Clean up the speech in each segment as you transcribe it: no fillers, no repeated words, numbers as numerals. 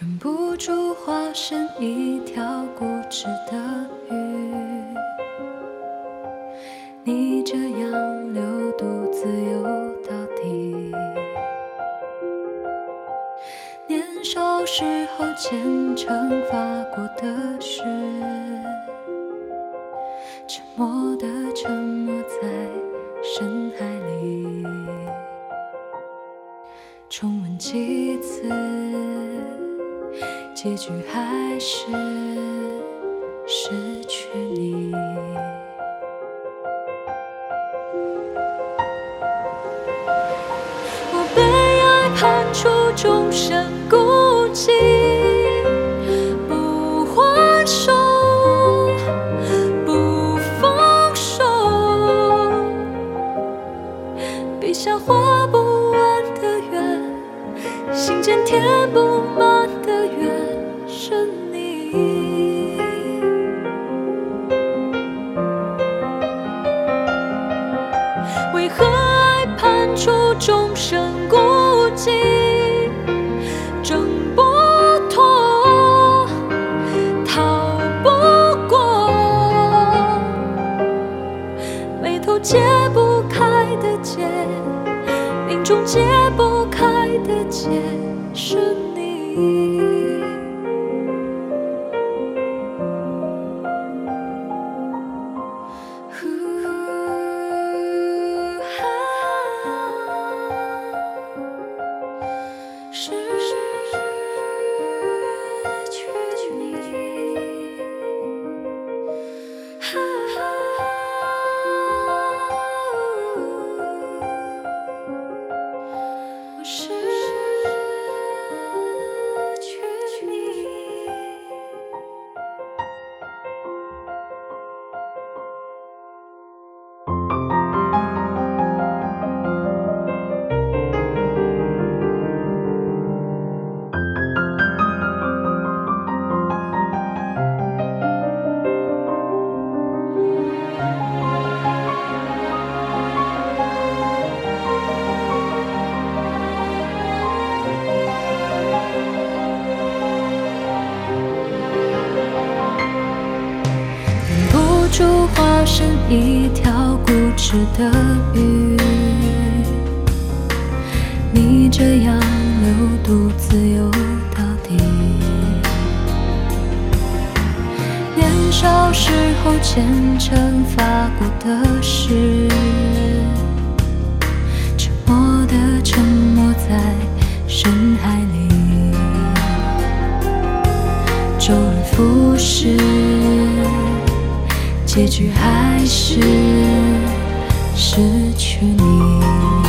忍不住化身一条固执的鱼，你这样流独自游到底。年少时候虔诚发过的誓，沉默地沉没在深海里。重温几次，结局还是失去你。我被爱判处终身孤寂，不还手，不放手，笔下画不完的圆，心间填不满的缘，是你。为何爱判处终身孤寂，挣不脱，逃不过，眉头解不开的结，命中解不开的结，是你。失去你，我失去你。化身一条固执的鱼，你这样流独自游到底。年少时候虔诚发过的誓，沉默地沉没在深海里，周而复始，结局还是失去你。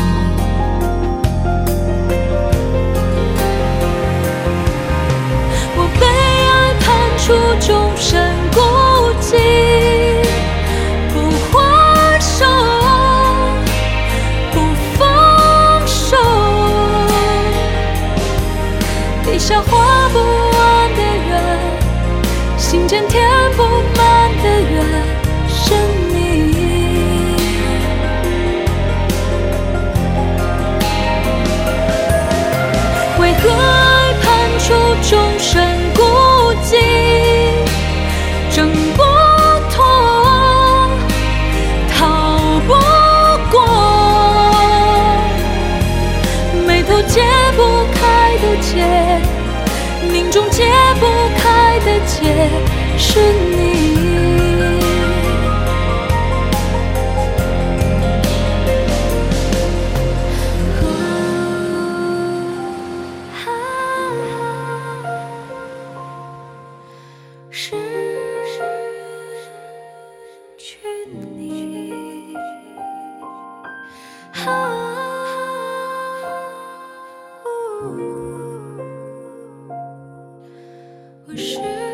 我被爱判处终身孤寂，不还手，不放手，笔下画不完的圆，心间填不满的缘，是你。为何爱判处终身孤寂，挣不脱，逃不过，眉头解不开的结，命中解不开的结，是你。失去你，我是。